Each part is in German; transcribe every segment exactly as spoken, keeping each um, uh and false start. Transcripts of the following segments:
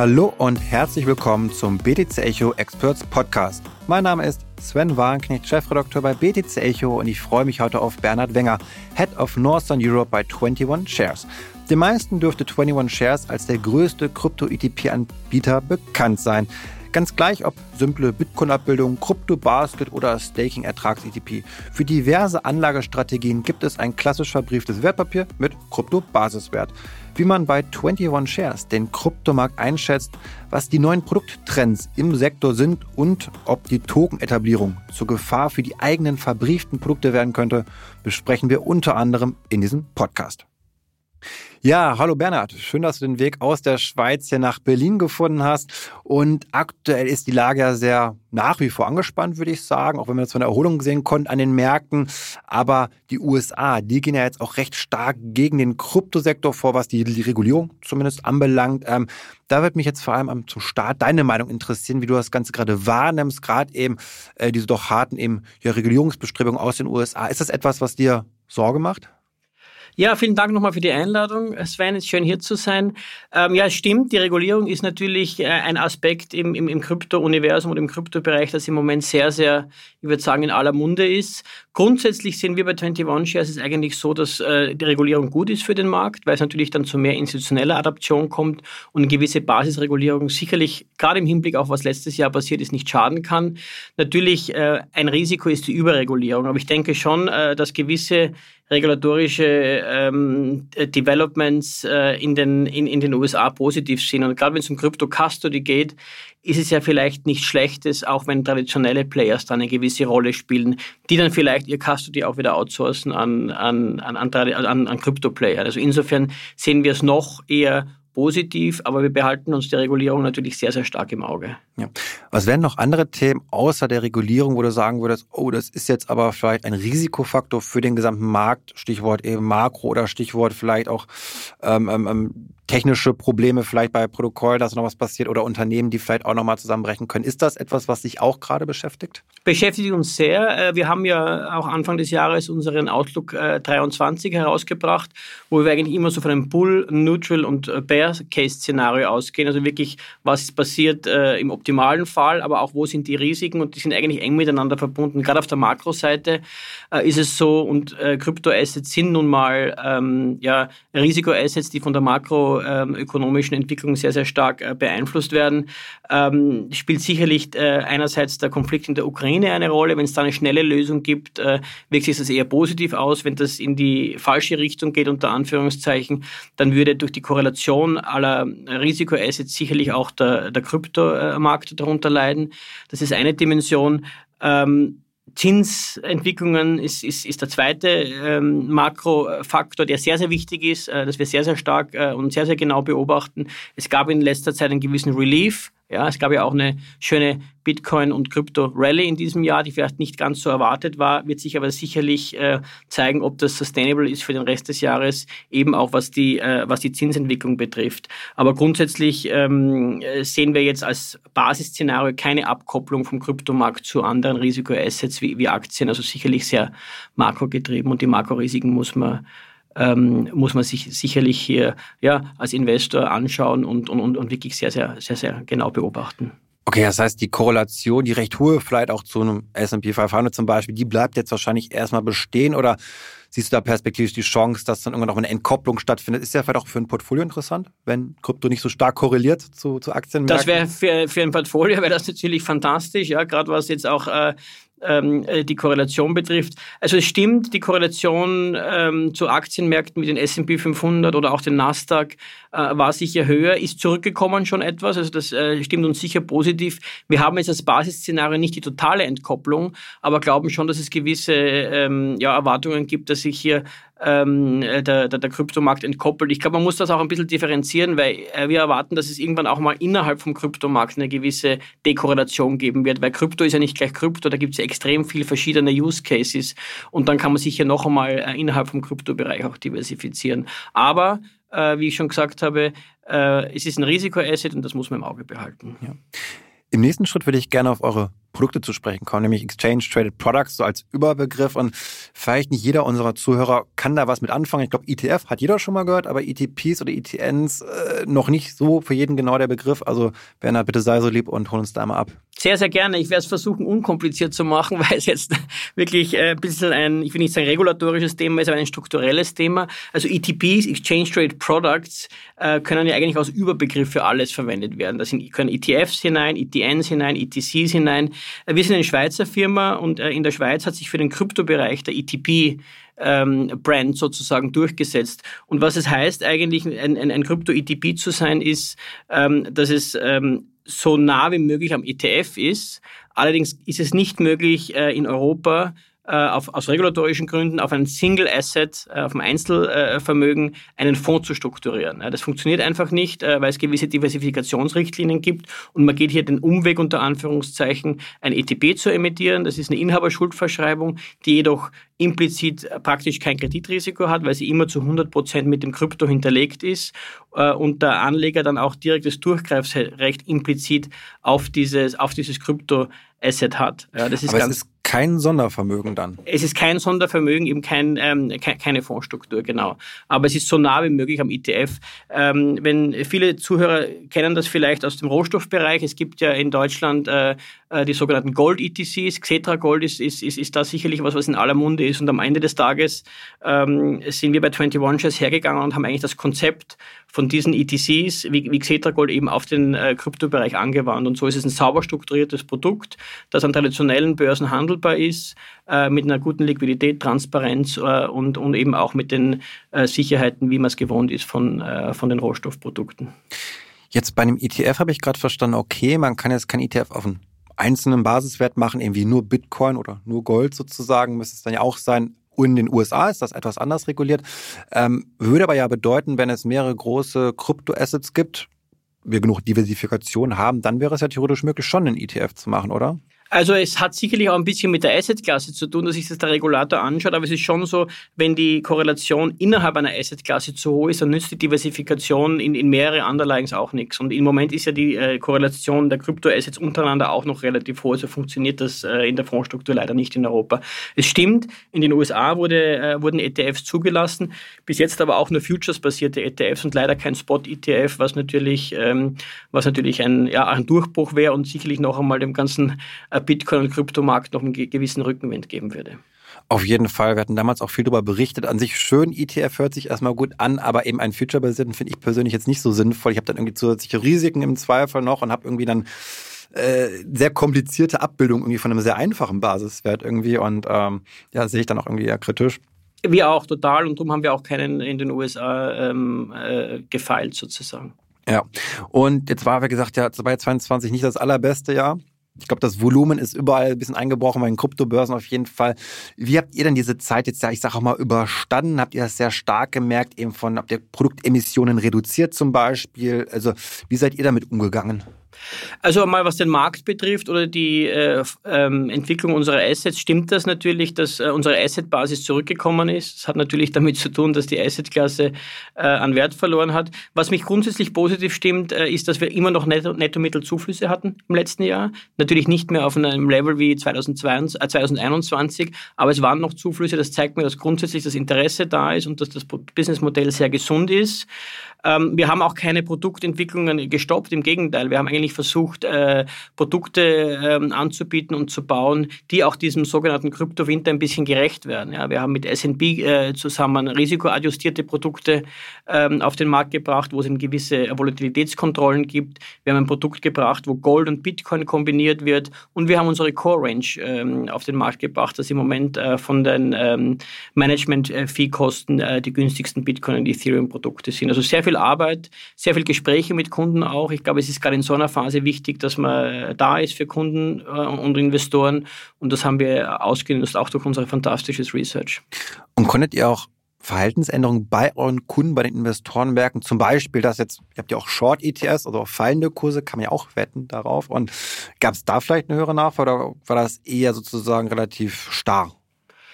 Hallo und herzlich willkommen zum B T C Echo Experts Podcast. Mein Name ist Sven Wagenknecht, Chefredakteur bei B T C Echo und ich freue mich heute auf Bernhard Wenger, Head of Northern Europe bei einundzwanzig Shares. Den meisten dürfte einundzwanzig Shares als der größte Krypto-E T P-Anbieter bekannt sein. Ganz gleich ob simple Bitcoin-Abbildung, Krypto-Basket oder Staking-Ertrags-E T P. Für diverse Anlagestrategien gibt es ein klassisch verbrieftes Wertpapier mit Krypto-Basiswert. Wie man bei einundzwanzig Shares den Kryptomarkt einschätzt, was die neuen Produkttrends im Sektor sind und ob die Token-Etablierung zur Gefahr für die eigenen verbrieften Produkte werden könnte, besprechen wir unter anderem in diesem Podcast. Ja, hallo Bernhard, schön, dass du den Weg aus der Schweiz hier nach Berlin gefunden hast. Und aktuell ist die Lage ja sehr nach wie vor angespannt, würde ich sagen, auch wenn wir jetzt von der Erholung sehen konnten an den Märkten. Aber die U S A, die gehen ja jetzt auch recht stark gegen den Kryptosektor vor, was die, die Regulierung zumindest anbelangt. Ähm, da wird mich jetzt vor allem am, zum Start deine Meinung interessieren, wie du das Ganze gerade wahrnimmst, gerade eben äh, diese doch harten eben, ja, Regulierungsbestrebungen aus den U S A. Ist das etwas, was dir Sorge macht? Ja, vielen Dank nochmal für die Einladung, Sven. Es ist schön, hier zu sein. Ähm, ja, es stimmt, die Regulierung ist natürlich äh, ein Aspekt im, im, im Krypto-Universum und im Kryptobereich, das im Moment sehr, sehr, ich würde sagen, in aller Munde ist. Grundsätzlich sehen wir bei einundzwanzig Shares es eigentlich so, dass äh, die Regulierung gut ist für den Markt, weil es natürlich dann zu mehr institutioneller Adaption kommt und eine gewisse Basisregulierung sicherlich, gerade im Hinblick auf was letztes Jahr passiert ist, nicht schaden kann. Natürlich, äh, ein Risiko ist die Überregulierung, aber ich denke schon, äh, dass gewisse regulatorische ähm, Developments äh, in, den, in, in den U S A positiv sind. Und gerade wenn es um Crypto-Custody geht, ist es ja vielleicht nichts Schlechtes, auch wenn traditionelle Players dann eine gewisse Rolle spielen, die dann vielleicht ihr Custody auch wieder outsourcen an, an, an, an, an, an Crypto-Player. Also insofern sehen wir es noch eher positiv, aber wir behalten uns die Regulierung natürlich sehr, sehr stark im Auge. Ja. Was wären noch andere Themen außer der Regulierung, wo du sagen würdest, oh, das ist jetzt aber vielleicht ein Risikofaktor für den gesamten Markt, Stichwort eben Makro oder Stichwort vielleicht auch ähm, ähm, technische Probleme vielleicht bei Protokoll, dass noch was passiert oder Unternehmen, die vielleicht auch nochmal zusammenbrechen können. Ist das etwas, was dich auch gerade beschäftigt? Beschäftigt uns sehr. Wir haben ja auch Anfang des Jahres unseren Outlook dreiundzwanzig herausgebracht, wo wir eigentlich immer so von einem Bull, Neutral und Bear-Case-Szenario ausgehen. Also wirklich, was ist passiert äh, im optimalen Fall, aber auch wo sind die Risiken und die sind eigentlich eng miteinander verbunden. Gerade auf der Makroseite äh, ist es so und äh, Kryptoassets sind nun mal ähm, ja, Risikoassets, die von der makroökonomischen ähm, Entwicklung sehr, sehr stark äh, beeinflusst werden. Ähm, spielt sicherlich äh, einerseits der Konflikt in der Ukraine eine Rolle. Wenn es da eine schnelle Lösung gibt, äh, wirkt sich das eher positiv aus. Wenn das in die falsche Richtung geht, unter Anführungszeichen, dann würde durch die Korrelation aller Risikoassets sicherlich auch der, der Kryptomarkt darunter leiden. Das ist eine Dimension. Ähm, Zinsentwicklungen ist, ist, ist der zweite ähm, Makrofaktor, der sehr, sehr wichtig ist, äh, dass wir sehr, sehr stark äh, und sehr, sehr genau beobachten. Es gab in letzter Zeit einen gewissen Relief. Ja, es gab ja auch eine schöne Bitcoin- und Krypto-Rallye in diesem Jahr, die vielleicht nicht ganz so erwartet war, wird sich aber sicherlich äh, zeigen, ob das sustainable ist für den Rest des Jahres, eben auch was die, äh, was die Zinsentwicklung betrifft. Aber grundsätzlich ähm, sehen wir jetzt als Basisszenario keine Abkopplung vom Kryptomarkt zu anderen Risikoassets wie, wie Aktien, also sicherlich sehr makrogetrieben und die Makrorisiken muss man Ähm, muss man sich sicherlich hier ja, als Investor anschauen und, und, und wirklich sehr, sehr, sehr, sehr genau beobachten. Okay, das heißt, die Korrelation, die recht hohe, vielleicht auch zu einem S and P fünfhundert zum Beispiel, die bleibt jetzt wahrscheinlich erstmal bestehen oder siehst du da perspektivisch die Chance, dass dann irgendwann noch eine Entkopplung stattfindet? Ist ja vielleicht auch für ein Portfolio interessant, wenn Krypto nicht so stark korreliert zu, zu Aktienmärkten? Das wäre für, für ein Portfolio wäre das natürlich fantastisch, ja, gerade was jetzt auch äh, die Korrelation betrifft. Also es stimmt, die Korrelation ähm, zu Aktienmärkten wie den S and P fünfhundert oder auch den Nasdaq äh, war sicher höher, ist zurückgekommen schon etwas, also das äh, stimmt uns sicher positiv. Wir haben jetzt als Basisszenario nicht die totale Entkopplung, aber glauben schon, dass es gewisse ähm, ja, Erwartungen gibt, dass sich hier ähm, der, der, der Kryptomarkt entkoppelt. Ich glaube, man muss das auch ein bisschen differenzieren, weil äh, wir erwarten, dass es irgendwann auch mal innerhalb vom Kryptomarkt eine gewisse Dekorrelation geben wird, weil Krypto ist ja nicht gleich Krypto, da gibt es ja extrem viele verschiedene Use Cases und dann kann man sich ja noch einmal äh, innerhalb vom Kryptobereich auch diversifizieren. Aber, äh, wie ich schon gesagt habe, äh, es ist ein Risikoasset und das muss man im Auge behalten. Ja. Im nächsten Schritt würde ich gerne auf eure Produkte zu sprechen kommen, nämlich Exchange Traded Products, so als Überbegriff. Und vielleicht nicht jeder unserer Zuhörer kann da was mit anfangen. Ich glaube, E T F hat jeder schon mal gehört, aber E T Ps oder E T Ns äh, noch nicht so für jeden genau der Begriff. Also Bernhard, bitte sei so lieb und hol uns da mal ab. Sehr, sehr gerne. Ich werde es versuchen, unkompliziert zu machen, weil es jetzt wirklich ein bisschen ein, ich will nicht sagen regulatorisches Thema ist, aber ein strukturelles Thema. Also E T Ps, Exchange Traded Products, äh, können ja eigentlich als Überbegriff für alles verwendet werden. Da sind, können E T Fs hinein, E T Ns hinein, E T Cs hinein. Wir sind eine Schweizer Firma und äh, in der Schweiz hat sich für den Kryptobereich der E T P Ähm, Brand sozusagen durchgesetzt. Und was es heißt eigentlich, ein, ein, ein Krypto-E T P zu sein, ist, ähm, dass es ähm, so nah wie möglich am E T F ist. Allerdings ist es nicht möglich, äh, in Europa Auf, aus regulatorischen Gründen auf ein Single Asset, auf ein Einzelvermögen einen Fonds zu strukturieren. Das funktioniert einfach nicht, weil es gewisse Diversifikationsrichtlinien gibt und man geht hier den Umweg unter Anführungszeichen, ein E T P zu emittieren. Das ist eine Inhaberschuldverschreibung, die jedoch implizit praktisch kein Kreditrisiko hat, weil sie immer zu hundert Prozent mit dem Krypto hinterlegt ist und der Anleger dann auch direktes Durchgreifsrecht implizit auf dieses, auf dieses Krypto-Asset hat. Ja, das ist Aber ganz es ist kein Sondervermögen dann? Es ist kein Sondervermögen, eben kein, ähm, ke- keine Fondsstruktur, genau. Aber es ist so nah wie möglich am E T F. Ähm, wenn viele Zuhörer kennen das vielleicht aus dem Rohstoffbereich. Es gibt ja in Deutschland äh, die sogenannten Gold-E T Cs. Xetra Gold ist, ist, ist, ist da sicherlich was, was in aller Munde ist. Und am Ende des Tages ähm, sind wir bei einundzwanzig Shares hergegangen und haben eigentlich das Konzept von diesen E T Cs wie, wie Xetra Gold eben auf den äh, Kryptobereich angewandt. Und so ist es ein sauber strukturiertes Produkt, das an traditionellen Börsen handelbar ist, äh, mit einer guten Liquidität, Transparenz äh, und, und eben auch mit den äh, Sicherheiten, wie man es gewohnt ist von, äh, von den Rohstoffprodukten. Jetzt bei einem E T F habe ich gerade verstanden, okay, man kann jetzt kein E T F auf einen einzelnen Basiswert machen, irgendwie nur Bitcoin oder nur Gold sozusagen, müsste es dann ja auch sein. In den U S A ist das etwas anders reguliert. Ähm, würde aber ja bedeuten, wenn es mehrere große Kryptoassets gibt, wir genug Diversifikation haben, dann wäre es ja theoretisch möglich, schon einen E T F zu machen, oder? Also es hat sicherlich auch ein bisschen mit der Assetklasse zu tun, dass sich das der Regulator anschaut, aber es ist schon so, wenn die Korrelation innerhalb einer Assetklasse zu hoch ist, dann nützt die Diversifikation in, in mehrere Underlyings auch nichts. Und im Moment ist ja die äh, Korrelation der Kryptoassets untereinander auch noch relativ hoch, also funktioniert das äh, in der Fondsstruktur leider nicht in Europa. Es stimmt, in den U S A wurde, äh, wurden E T Fs zugelassen, bis jetzt aber auch nur Futures-basierte E T Fs und leider kein Spot-E T F, was natürlich, ähm, was natürlich ein, ja, ein Durchbruch wäre und sicherlich noch einmal dem ganzen Bitcoin- und Kryptomarkt noch einen gewissen Rückenwind geben würde. Auf jeden Fall. Wir hatten damals auch viel darüber berichtet. An sich schön, E T F hört sich erstmal gut an, aber eben ein Future-basierten finde ich persönlich jetzt nicht so sinnvoll. Ich habe dann irgendwie zusätzliche Risiken im Zweifel noch und habe irgendwie dann äh, sehr komplizierte Abbildung irgendwie von einem sehr einfachen Basiswert irgendwie und ähm, ja, sehe ich dann auch irgendwie eher kritisch. Wir auch, total. Und darum haben wir auch keinen in den U S A ähm, äh, gefeilt sozusagen. Ja, und jetzt war, wie gesagt, ja zwanzig zweiundzwanzig nicht das allerbeste Jahr. Ich glaube, das Volumen ist überall ein bisschen eingebrochen, bei den Kryptobörsen auf jeden Fall. Wie habt ihr denn diese Zeit jetzt, ja, ich sage auch mal, überstanden? Habt ihr das sehr stark gemerkt, eben von, habt ihr Produktemissionen reduziert zum Beispiel? Also, wie seid ihr damit umgegangen? Also mal was den Markt betrifft oder die äh, ähm, Entwicklung unserer Assets, stimmt das natürlich, dass äh, unsere Assetbasis zurückgekommen ist. Das hat natürlich damit zu tun, dass die Assetklasse äh, an Wert verloren hat. Was mich grundsätzlich positiv stimmt, äh, ist, dass wir immer noch Netto- Nettomittelzuflüsse hatten im letzten Jahr. Natürlich nicht mehr auf einem Level wie zweitausendzweiundzwanzig, äh, zweitausendeinundzwanzig, aber es waren noch Zuflüsse. Das zeigt mir, dass grundsätzlich das Interesse da ist und dass das Businessmodell sehr gesund ist. Ähm, wir haben auch keine Produktentwicklungen gestoppt, im Gegenteil. Wir haben eigentlich versucht, äh, Produkte ähm, anzubieten und zu bauen, die auch diesem sogenannten Kryptowinter ein bisschen gerecht werden. Ja, wir haben mit S and P äh, zusammen risikoadjustierte Produkte ähm, auf den Markt gebracht, wo es eben gewisse Volatilitätskontrollen gibt. Wir haben ein Produkt gebracht, wo Gold und Bitcoin kombiniert wird und wir haben unsere Core-Range ähm, auf den Markt gebracht, das im Moment äh, von den ähm, Management-Fee-Kosten äh, die günstigsten Bitcoin- und Ethereum-Produkte sind. Also sehr viel Arbeit, sehr viel Gespräche mit Kunden auch. Ich glaube, es ist gerade in so einer Phase wichtig, dass man da ist für Kunden und Investoren. Und das haben wir ausgenutzt, auch durch unser fantastisches Research. Und konntet ihr auch Verhaltensänderungen bei euren Kunden, bei den Investoren merken? Zum Beispiel, dass jetzt, ihr habt ja auch Short-E T Fs, also auf fallende Kurse, kann man ja auch wetten darauf. Und gab es da vielleicht eine höhere Nachfrage oder war das eher sozusagen relativ starr?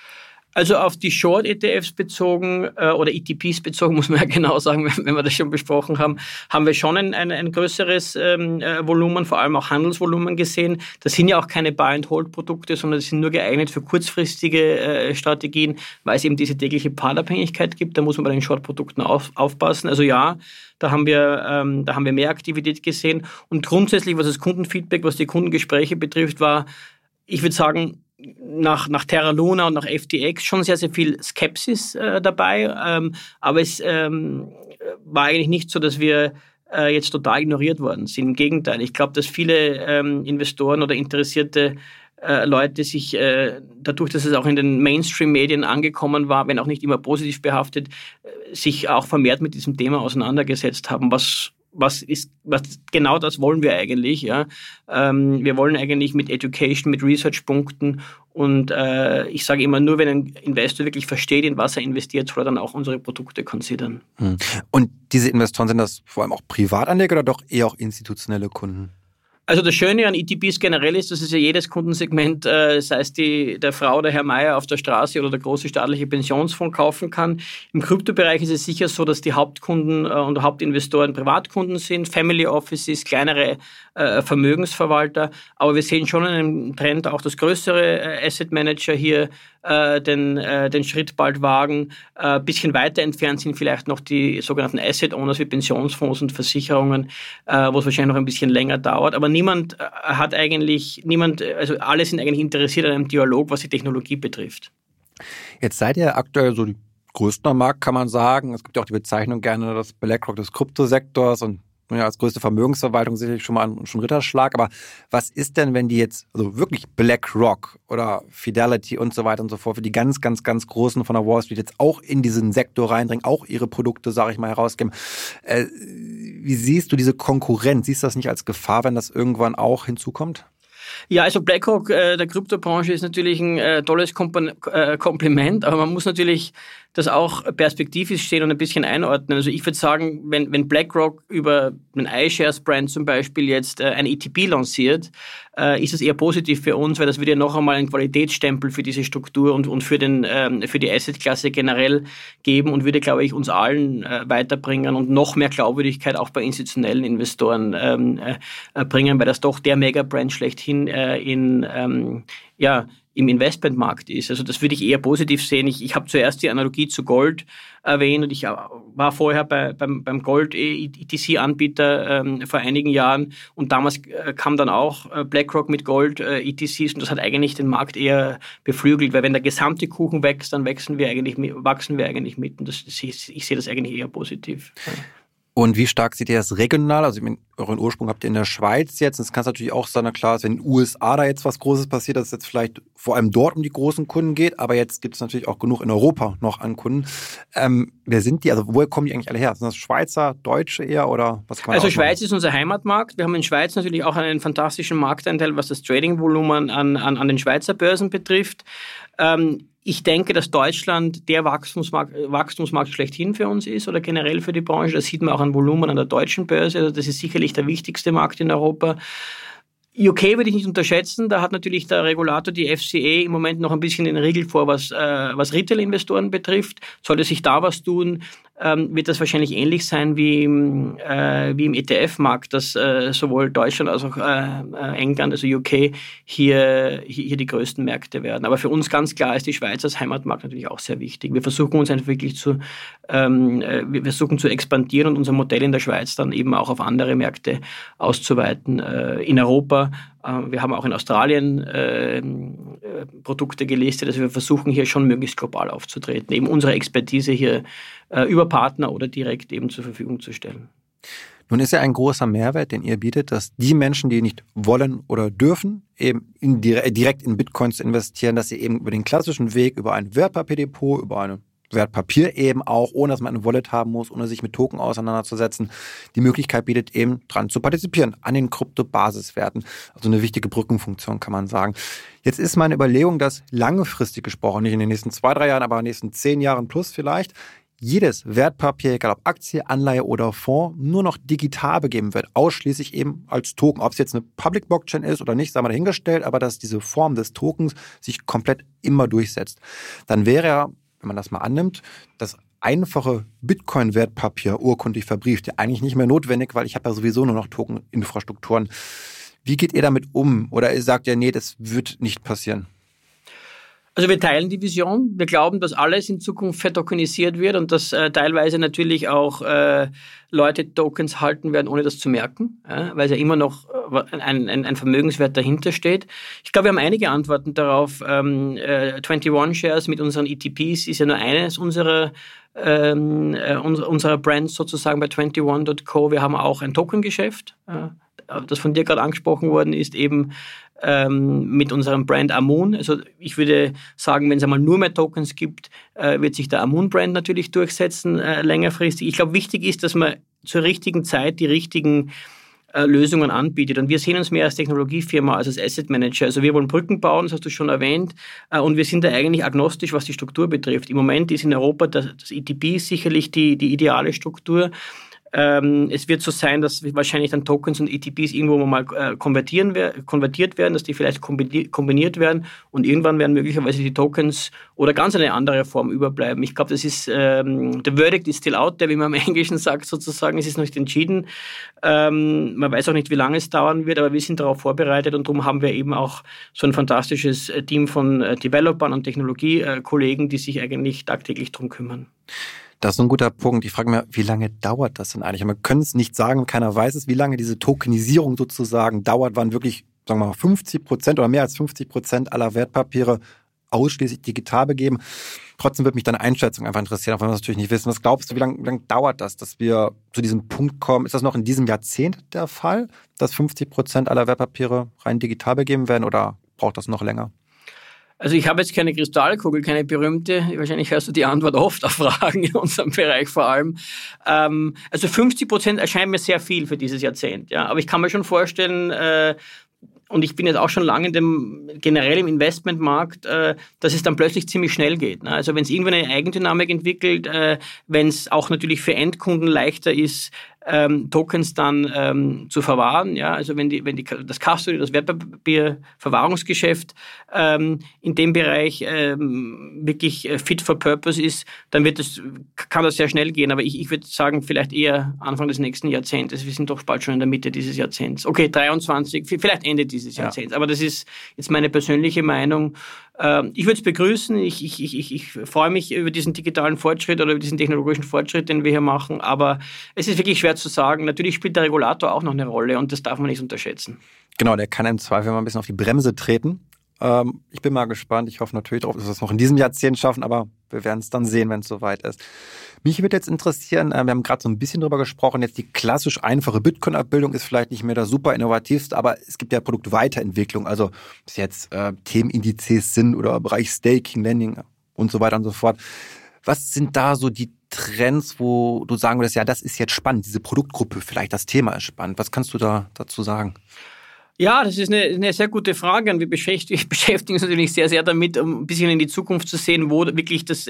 Also auf die Short-E T Fs bezogen äh, oder E T Ps bezogen, muss man ja genau sagen, wenn, wenn wir das schon besprochen haben, haben wir schon ein, ein, ein größeres ähm, äh, Volumen, vor allem auch Handelsvolumen gesehen. Das sind ja auch keine Buy-and-Hold-Produkte, sondern das sind nur geeignet für kurzfristige äh, Strategien, weil es eben diese tägliche Paarabhängigkeit gibt. Da muss man bei den Short-Produkten auf, aufpassen. Also ja, da haben wir, ähm, da haben wir mehr Aktivität gesehen. Und grundsätzlich, was das Kundenfeedback, was die Kundengespräche betrifft, war, ich würde sagen, nach, nach Terra Luna und nach F T X schon sehr, sehr viel Skepsis äh, dabei. Ähm, aber es ähm, war eigentlich nicht so, dass wir äh, jetzt total ignoriert worden sind. Im Gegenteil, ich glaube, dass viele ähm, Investoren oder interessierte äh, Leute sich äh, dadurch, dass es auch in den Mainstream-Medien angekommen war, wenn auch nicht immer positiv behaftet, äh, sich auch vermehrt mit diesem Thema auseinandergesetzt haben, was Was ist, was genau das wollen wir eigentlich, ja? Ähm, wir wollen eigentlich mit Education, mit Research punkten und äh, ich sage immer, nur wenn ein Investor wirklich versteht, in was er investiert, soll er dann auch unsere Produkte considern. Und diese Investoren, sind das vor allem auch Privatanleger oder doch eher auch institutionelle Kunden? Also das Schöne an E T Ps generell ist, dass es ja jedes Kundensegment, äh, sei es die, der Frau oder Herr Meier auf der Straße oder der große staatliche Pensionsfonds kaufen kann. Im Kryptobereich ist es sicher so, dass die Hauptkunden äh, und Hauptinvestoren Privatkunden sind, Family Offices, kleinere äh, Vermögensverwalter. Aber wir sehen schon einen Trend, auch dass größere äh, Asset Manager hier äh, den, äh, den Schritt bald wagen. Ein äh, bisschen weiter entfernt sind vielleicht noch die sogenannten Asset Owners wie Pensionsfonds und Versicherungen, äh, wo es wahrscheinlich noch ein bisschen länger dauert. Aber niemand hat eigentlich, niemand, also alle sind eigentlich interessiert an einem Dialog, was die Technologie betrifft. Jetzt seid ihr aktuell so die größten am Markt, kann man sagen. Es gibt ja auch die Bezeichnung gerne des BlackRock des Kryptosektors und ja, als größte Vermögensverwaltung sicherlich schon mal ein schon Ritterschlag. Aber was ist denn, wenn die jetzt, also wirklich BlackRock oder Fidelity und so weiter und so fort, für die ganz, ganz, ganz Großen von der Wall Street jetzt auch in diesen Sektor reindringen, auch ihre Produkte, sage ich mal, herausgeben. Äh, wie siehst du diese Konkurrenz? Siehst du das nicht als Gefahr, wenn das irgendwann auch hinzukommt? Ja, also BlackRock äh, der Kryptobranche ist natürlich ein äh, tolles Kompon- äh, Kompliment, aber man muss natürlich das auch perspektivisch sehen und ein bisschen einordnen. Also ich würde sagen, wenn, wenn BlackRock über einen iShares-Brand zum Beispiel jetzt äh, ein E T P lanciert, äh, ist das eher positiv für uns, weil das würde ja noch einmal einen Qualitätsstempel für diese Struktur und, und für, den, ähm, für die Assetklasse generell geben und würde, glaube ich, uns allen äh, weiterbringen und noch mehr Glaubwürdigkeit auch bei institutionellen Investoren ähm, äh, bringen, weil das doch der Mega-Brand schlechthin äh, in ähm, ja, im Investmentmarkt ist. Also das würde ich eher positiv sehen. Ich, ich habe zuerst die Analogie zu Gold erwähnt und ich war vorher bei, beim, beim Gold-E T C-Anbieter ähm, vor einigen Jahren und damals äh, kam dann auch äh, BlackRock mit Gold-E T Cs und das hat eigentlich den Markt eher beflügelt, weil wenn der gesamte Kuchen wächst, dann wachsen wir eigentlich mit, wachsen wir eigentlich mit und das, ich, ich sehe das eigentlich eher positiv. Und wie stark seht ihr das regional? Also euren Ursprung habt ihr in der Schweiz jetzt. Es kann natürlich auch sein, na klar, wenn in den U S A da jetzt was Großes passiert, dass es jetzt vielleicht vor allem dort um die großen Kunden geht. Aber jetzt gibt es natürlich auch genug in Europa noch an Kunden. Ähm, wer sind die? Also woher kommen die eigentlich alle her? Sind das Schweizer, Deutsche eher oder was kann man Also da Schweiz ist unser Heimatmarkt. Wir haben in Schweiz natürlich auch einen fantastischen Marktanteil, was das Trading-Volumen an, an, an den Schweizer Börsen betrifft. Ähm, Ich denke, dass Deutschland der Wachstumsmarkt, Wachstumsmarkt schlechthin für uns ist oder generell für die Branche. Das sieht man auch an Volumen an der deutschen Börse. Also das ist sicherlich der wichtigste Markt in Europa. U K würde ich nicht unterschätzen. Da hat natürlich der Regulator, die F C A, im Moment noch ein bisschen den Riegel vor, was, äh, was Retail-Investoren betrifft. Sollte sich da was tun, ähm, wird das wahrscheinlich ähnlich sein wie im, äh, wie im E T F-Markt, dass äh, sowohl Deutschland als auch äh, England, also U K, hier, hier die größten Märkte werden. Aber für uns ganz klar ist die Schweiz als Heimatmarkt natürlich auch sehr wichtig. Wir versuchen uns einfach wirklich zu, ähm, wir versuchen zu expandieren und unser Modell in der Schweiz dann eben auch auf andere Märkte auszuweiten. Äh, in Europa, äh, wir haben auch in Australien äh, Produkte gelistet, also wir versuchen hier schon möglichst global aufzutreten, eben unsere Expertise hier äh, über Partner oder direkt eben zur Verfügung zu stellen. Nun ist ja ein großer Mehrwert, den ihr bietet, dass die Menschen, die nicht wollen oder dürfen, eben in, direkt in Bitcoins investieren, dass sie eben über den klassischen Weg, über ein Wertpapierdepot, über eine Wertpapier eben auch, ohne dass man eine Wallet haben muss, ohne sich mit Token auseinanderzusetzen, die Möglichkeit bietet, eben dran zu partizipieren an den Kryptobasiswerten. Also eine wichtige Brückenfunktion, kann man sagen. Jetzt ist meine Überlegung, dass langfristig gesprochen, nicht in den nächsten zwei, drei Jahren, aber in den nächsten zehn Jahren plus vielleicht, jedes Wertpapier, egal ob Aktie, Anleihe oder Fonds, nur noch digital begeben wird, ausschließlich eben als Token. Ob es jetzt eine Public Blockchain ist oder nicht, sei mal dahingestellt, aber dass diese Form des Tokens sich komplett immer durchsetzt. Dann wäre ja, wenn man das mal annimmt, das einfache Bitcoin-Wertpapier urkundlich verbrieft ja eigentlich nicht mehr notwendig, weil ich habe ja sowieso nur noch Token-Infrastrukturen. Wie geht ihr damit um? Oder ihr sagt ja, nee, das wird nicht passieren? Also wir teilen die Vision. Wir glauben, dass alles in Zukunft vertokenisiert wird und dass äh, teilweise natürlich auch äh, Leute Tokens halten werden, ohne das zu merken, ja, weil es ja immer noch äh, ein, ein, ein Vermögenswert dahinter steht. Ich glaube, wir haben einige Antworten darauf. Ähm, äh, einundzwanzig Shares mit unseren E T Ps ist ja nur eines unserer ähm, äh, unserer Brands sozusagen bei einundzwanzig Punkt co. Wir haben auch ein Tokengeschäft, äh, das von dir gerade angesprochen worden ist, eben ähm, mit unserem Brand Amun. Also ich würde sagen, wenn es einmal nur mehr Tokens gibt, äh, wird sich der Amun-Brand natürlich durchsetzen äh, längerfristig. Ich glaube, wichtig ist, dass man zur richtigen Zeit die richtigen äh, Lösungen anbietet. Und wir sehen uns mehr als Technologiefirma, als als Asset Manager. Also wir wollen Brücken bauen, das hast du schon erwähnt. Äh, und wir sind da eigentlich agnostisch, was die Struktur betrifft. Im Moment ist in Europa das, das E T P sicherlich die, die ideale Struktur. Ähm, es wird so sein, dass wahrscheinlich dann Tokens und E T Ps irgendwo mal äh, konvertieren, konvertiert werden, dass die vielleicht kombiniert werden und irgendwann werden möglicherweise die Tokens oder ganz eine andere Form überbleiben. Ich glaube, das ist, ähm, the verdict is still out there, wie man im Englischen sagt sozusagen. Es ist noch nicht entschieden. Ähm, man weiß auch nicht, wie lange es dauern wird, aber wir sind darauf vorbereitet und darum haben wir eben auch so ein fantastisches Team von äh, Developern und Technologiekollegen, die sich eigentlich tagtäglich darum kümmern. Das ist ein guter Punkt. Ich frage mich, wie lange dauert das denn eigentlich? Man kann es nicht sagen, keiner weiß es, wie lange diese Tokenisierung sozusagen dauert, wann wirklich, sagen wir mal, fünfzig Prozent oder mehr als fünfzig Prozent aller Wertpapiere ausschließlich digital begeben. Trotzdem würde mich deine Einschätzung einfach interessieren, auch wenn wir das natürlich nicht wissen. Was glaubst du, wie lange, wie lange dauert das, dass wir zu diesem Punkt kommen? Ist das noch in diesem Jahrzehnt der Fall, dass fünfzig Prozent aller Wertpapiere rein digital begeben werden oder braucht das noch länger? Also ich habe jetzt keine Kristallkugel, keine berühmte. Wahrscheinlich hörst du die Antwort oft auf Fragen in unserem Bereich vor allem. Ähm, also fünfzig Prozent erscheint mir sehr viel für dieses Jahrzehnt. Ja. Aber ich kann mir schon vorstellen, äh, und ich bin jetzt auch schon lange in dem, generell im Investmentmarkt, äh, dass es dann plötzlich ziemlich schnell geht. Ne? Also wenn es irgendwann eine Eigendynamik entwickelt, äh, wenn es auch natürlich für Endkunden leichter ist, ähm, Tokens dann ähm, zu verwahren, ja, also wenn die, wenn die, das Custody, das Wertpapierverwahrungsgeschäft ähm, in dem Bereich ähm, wirklich fit for purpose ist, dann wird das, kann das sehr schnell gehen. Aber ich, ich würde sagen, vielleicht eher Anfang des nächsten Jahrzehnts. Wir sind doch bald schon in der Mitte dieses Jahrzehnts. Okay, dreiundzwanzig, vielleicht Ende dieses Jahrzehnts. Ja. Aber das ist jetzt meine persönliche Meinung. Ähm, ich würde es begrüßen. Ich, ich, ich, ich, ich freue mich über diesen digitalen Fortschritt oder über diesen technologischen Fortschritt, den wir hier machen. Aber es ist wirklich schwer zu sagen. Natürlich spielt der Regulator auch noch eine Rolle und das darf man nicht unterschätzen. Genau, der kann im Zweifel mal ein bisschen auf die Bremse treten. Ähm, ich bin mal gespannt. Ich hoffe natürlich darauf, dass wir es noch in diesem Jahrzehnt schaffen, aber wir werden es dann sehen, wenn es soweit ist. Mich würde jetzt interessieren, äh, wir haben gerade so ein bisschen drüber gesprochen, jetzt die klassisch einfache Bitcoin-Abbildung ist vielleicht nicht mehr das super innovativste, aber es gibt ja Produktweiterentwicklung, also ob es jetzt äh, Themenindizes sind oder Bereich Staking, Lending und so weiter und so fort. Was sind da so die Trends, wo du sagen würdest, ja, das ist jetzt spannend, diese Produktgruppe, vielleicht das Thema ist spannend. Was kannst du da dazu sagen? Ja, das ist eine, eine sehr gute Frage und wir beschäftigen, beschäftigen uns natürlich sehr, sehr damit, um ein bisschen in die Zukunft zu sehen, wo wirklich das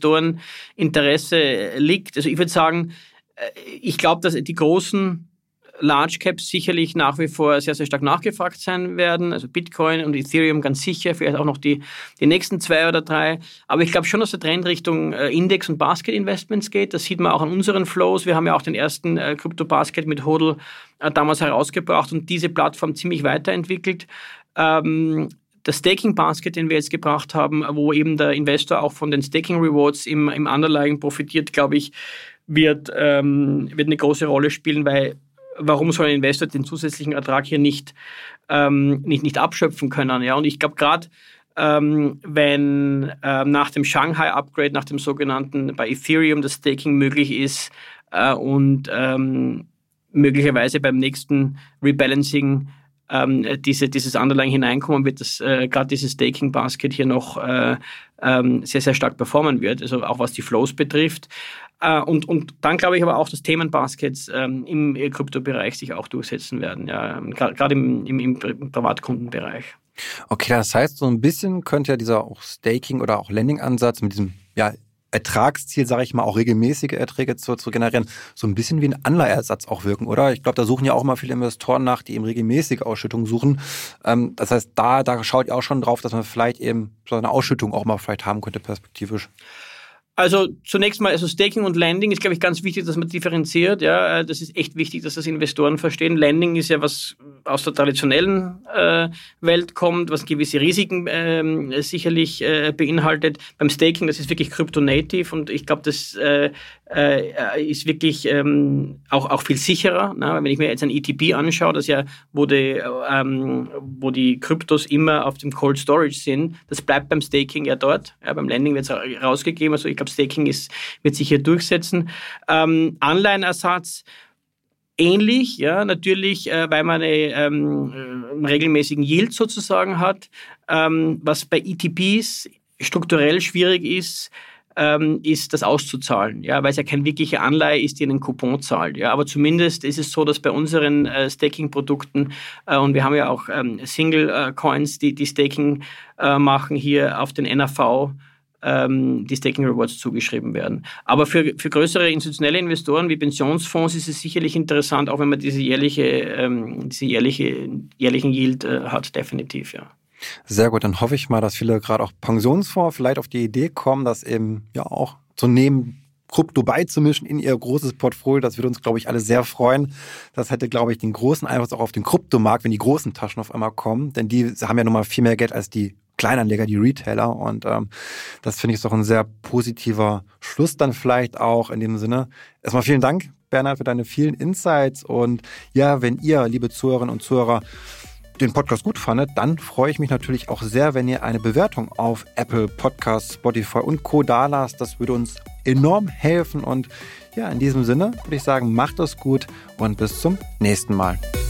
Investoreninteresse liegt. Also ich würde sagen, ich glaube, dass die großen Large Caps sicherlich nach wie vor sehr, sehr stark nachgefragt sein werden. Also Bitcoin und Ethereum ganz sicher, vielleicht auch noch die, die nächsten zwei oder drei. Aber ich glaube schon, dass der Trend Richtung Index- und Basket-Investments geht. Das sieht man auch an unseren Flows. Wir haben ja auch den ersten Crypto-Basket mit Hodl damals herausgebracht und diese Plattform ziemlich weiterentwickelt. Ähm, Das Staking Basket, den wir jetzt gebracht haben, wo eben der Investor auch von den Staking Rewards im, im Underlying profitiert, glaube ich, wird, ähm, wird eine große Rolle spielen, weil warum soll ein Investor den zusätzlichen Ertrag hier nicht, ähm, nicht, nicht abschöpfen können? Ja? Und ich glaube gerade, ähm, wenn ähm, nach dem Shanghai-Upgrade, nach dem sogenannten bei Ethereum das Staking möglich ist äh, und ähm, möglicherweise beim nächsten Rebalancing ähm, diese, dieses Underlying hineinkommen wird, dass äh, gerade dieses Staking Basket hier noch äh, ähm, sehr, sehr stark performen wird, also auch was die Flows betrifft. Uh, und, und dann glaube ich aber auch, dass Themenbaskets ähm, im Kryptobereich sich auch durchsetzen werden, ja, gerade im, im, im Privatkundenbereich. Okay, das heißt, so ein bisschen könnte ja dieser auch Staking- oder auch Lending-Ansatz mit diesem ja, Ertragsziel, sage ich mal, auch regelmäßige Erträge zu, zu generieren, so ein bisschen wie ein Anleiheersatz auch wirken, oder? Ich glaube, da suchen ja auch mal viele Investoren nach, die eben regelmäßige Ausschüttungen suchen. Ähm, das heißt, da, da schaut ihr auch schon drauf, dass man vielleicht eben so eine Ausschüttung auch mal vielleicht haben könnte, perspektivisch. Also zunächst mal, also Staking und Lending ist, glaube ich, ganz wichtig, dass man differenziert. Ja, das ist echt wichtig, dass das Investoren verstehen. Lending ist ja was aus der traditionellen äh, Welt kommt, was gewisse Risiken äh, sicherlich äh, beinhaltet. Beim Staking, das ist wirklich Crypto-Native und ich glaube, das äh, äh, ist wirklich ähm, auch, auch viel sicherer. Ne? Wenn ich mir jetzt ein E T P anschaue, das ja, wo die, ähm, wo die Kryptos immer auf dem Cold Storage sind, das bleibt beim Staking ja dort. Ja, beim Lending wird es rausgegeben. Also ich glaube, Staking ist, wird sich hier durchsetzen. Ähm, Anleihenersatz ähnlich, ja, natürlich, äh, weil man eine, ähm, einen regelmäßigen Yield sozusagen hat. Ähm, was bei E T Ps strukturell schwierig ist, ähm, ist das auszuzahlen, ja, weil es ja keine wirkliche Anleihe ist, die einen Coupon zahlt. Ja. Aber zumindest ist es so, dass bei unseren äh, Staking-Produkten, äh, und wir haben ja auch ähm, Single-Coins, die, die Staking äh, machen, hier auf den N A V, die Staking Rewards zugeschrieben werden. Aber für, für größere institutionelle Investoren wie Pensionsfonds ist es sicherlich interessant, auch wenn man diese jährliche, ähm, diese jährliche, jährlichen Yield äh, hat, definitiv, ja. Sehr gut, dann hoffe ich mal, dass viele gerade auch Pensionsfonds vielleicht auf die Idee kommen, das eben ja auch zu nehmen, Krypto beizumischen in ihr großes Portfolio. Das würde uns, glaube ich, alle sehr freuen. Das hätte, glaube ich, den großen Einfluss auch auf den Kryptomarkt, wenn die großen Taschen auf einmal kommen. Denn die haben ja nun mal viel mehr Geld als die Kleinanleger, die Retailer. Und ähm, das finde ich ist doch ein sehr positiver Schluss dann vielleicht auch in dem Sinne. Erstmal vielen Dank, Bernhard, für deine vielen Insights. Und ja, wenn ihr, liebe Zuhörerinnen und Zuhörer, den Podcast gut fandet, dann freue ich mich natürlich auch sehr, wenn ihr eine Bewertung auf Apple Podcasts, Spotify und Co. da lasst. Das würde uns enorm helfen. Und ja, in diesem Sinne würde ich sagen, macht es gut und bis zum nächsten Mal.